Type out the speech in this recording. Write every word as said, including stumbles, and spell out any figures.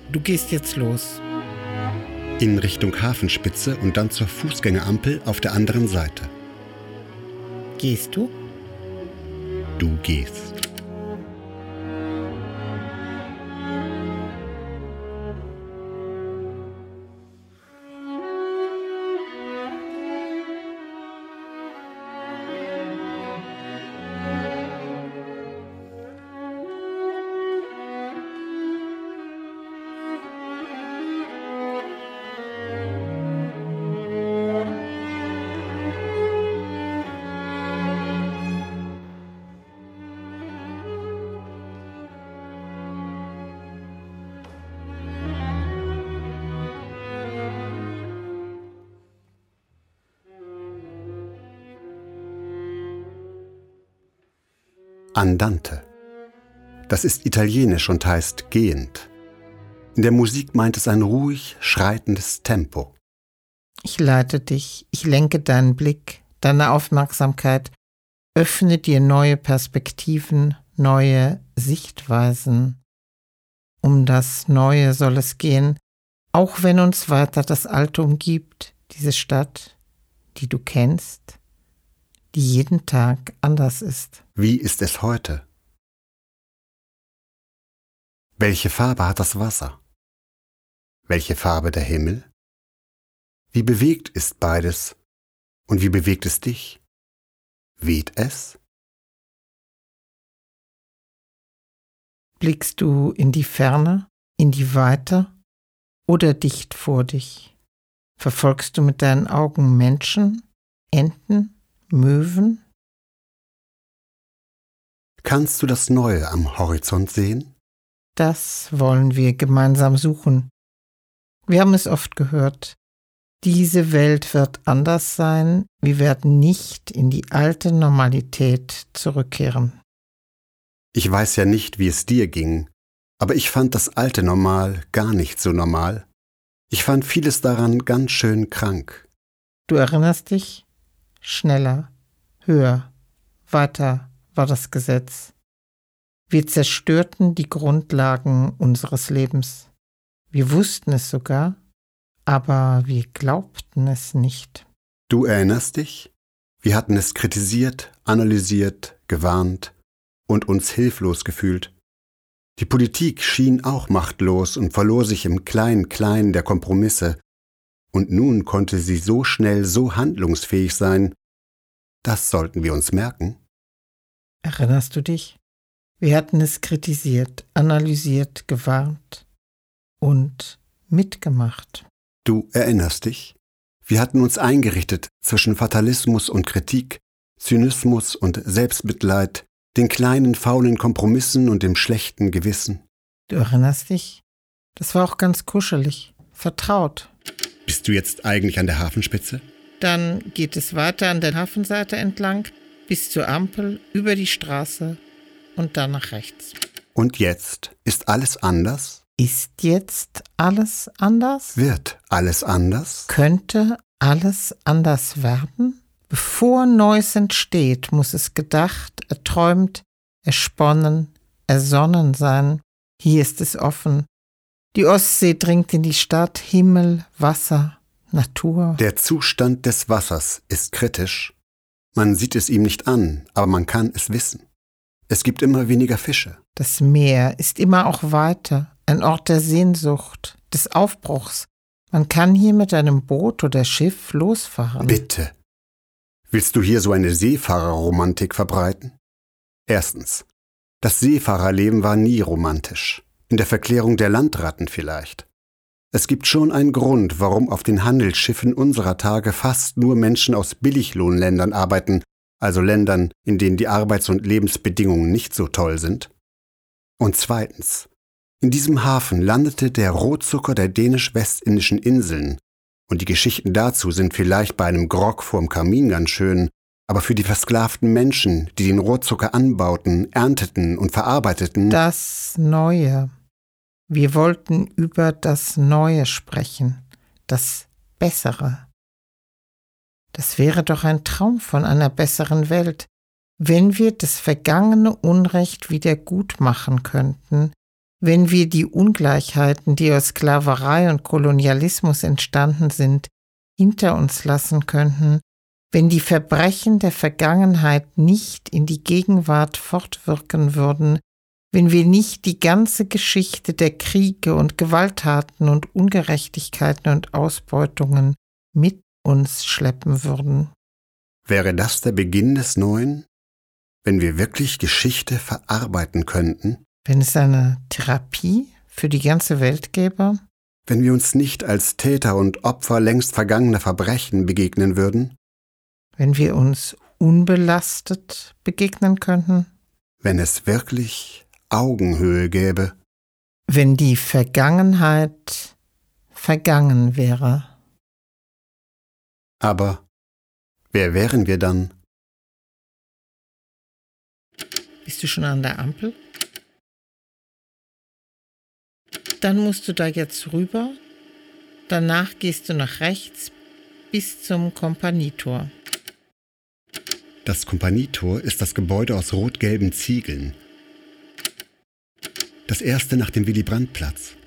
Du gehst jetzt los. In Richtung Hafenspitze und dann zur Fußgängerampel auf der anderen Seite. Gehst du? Du gehst. Andante. Das ist italienisch und heißt gehend. In der Musik meint es ein ruhig schreitendes Tempo. Ich leite dich, ich lenke deinen Blick, deine Aufmerksamkeit, öffne dir neue Perspektiven, neue Sichtweisen. Um das Neue soll es gehen, auch wenn uns weiter das Alte umgibt, diese Stadt, die du kennst, die jeden Tag anders ist. Wie ist es heute? Welche Farbe hat das Wasser? Welche Farbe der Himmel? Wie bewegt ist beides? Und wie bewegt es dich? Weht es? Blickst du in die Ferne, in die Weite oder dicht vor dich? Verfolgst du mit deinen Augen Menschen, Enten, Möwen? Kannst du das Neue am Horizont sehen? Das wollen wir gemeinsam suchen. Wir haben es oft gehört. Diese Welt wird anders sein. Wir werden nicht in die alte Normalität zurückkehren. Ich weiß ja nicht, wie es dir ging, aber ich fand das alte Normal gar nicht so normal. Ich fand vieles daran ganz schön krank. Du erinnerst dich? Schneller, höher, weiter war das Gesetz. Wir zerstörten die Grundlagen unseres Lebens. Wir wussten es sogar, aber wir glaubten es nicht. Du erinnerst dich? Wir hatten es kritisiert, analysiert, gewarnt und uns hilflos gefühlt. Die Politik schien auch machtlos und verlor sich im Klein-Klein der Kompromisse. Und nun konnte sie so schnell so handlungsfähig sein. Das sollten wir uns merken. Erinnerst du dich? Wir hatten es kritisiert, analysiert, gewarnt und mitgemacht. Du erinnerst dich? Wir hatten uns eingerichtet zwischen Fatalismus und Kritik, Zynismus und Selbstmitleid, den kleinen faulen Kompromissen und dem schlechten Gewissen. Du erinnerst dich? Das war auch ganz kuschelig, vertraut. Bist du jetzt eigentlich an der Hafenspitze? Dann geht es weiter an der Hafenseite entlang, bis zur Ampel, über die Straße und dann nach rechts. Und jetzt? Ist alles anders? Ist jetzt alles anders? Wird alles anders? Könnte alles anders werden? Bevor Neues entsteht, muss es gedacht, erträumt, ersponnen, ersonnen sein. Hier ist es offen. Die Ostsee dringt in die Stadt, Himmel, Wasser, Natur. Der Zustand des Wassers ist kritisch. Man sieht es ihm nicht an, aber man kann es wissen. Es gibt immer weniger Fische. Das Meer ist immer auch weiter, ein Ort der Sehnsucht, des Aufbruchs. Man kann hier mit einem Boot oder Schiff losfahren. Bitte. Willst du hier so eine Seefahrerromantik verbreiten? Erstens. Das Seefahrerleben war nie romantisch. In der Verklärung der Landratten vielleicht. Es gibt schon einen Grund, warum auf den Handelsschiffen unserer Tage fast nur Menschen aus Billiglohnländern arbeiten, also Ländern, in denen die Arbeits- und Lebensbedingungen nicht so toll sind. Und zweitens. In diesem Hafen landete der Rohzucker der dänisch-westindischen Inseln, und die Geschichten dazu sind vielleicht bei einem Grog vorm Kamin ganz schön, aber für die versklavten Menschen, die den Rohzucker anbauten, ernteten und verarbeiteten. Das Neue. Wir wollten über das Neue sprechen, das Bessere. Das wäre doch ein Traum von einer besseren Welt, wenn wir das vergangene Unrecht wieder gut machen könnten, wenn wir die Ungleichheiten, die aus Sklaverei und Kolonialismus entstanden sind, hinter uns lassen könnten, wenn die Verbrechen der Vergangenheit nicht in die Gegenwart fortwirken würden, wenn wir nicht die ganze Geschichte der Kriege und Gewalttaten und Ungerechtigkeiten und Ausbeutungen mit uns schleppen würden. Wäre das der Beginn des Neuen, wenn wir wirklich Geschichte verarbeiten könnten? Wenn es eine Therapie für die ganze Welt gäbe? Wenn wir uns nicht als Täter und Opfer längst vergangener Verbrechen begegnen würden? Wenn wir uns unbelastet begegnen könnten? Wenn es wirklich Augenhöhe gäbe? Wenn die Vergangenheit vergangen wäre? Aber wer wären wir dann? Bist du schon an der Ampel? Dann musst du da jetzt rüber. Danach gehst du nach rechts bis zum Kompanietor. Das Kompanietor ist das Gebäude aus rot-gelben Ziegeln. Das erste nach dem Willy-Brandt-Platz.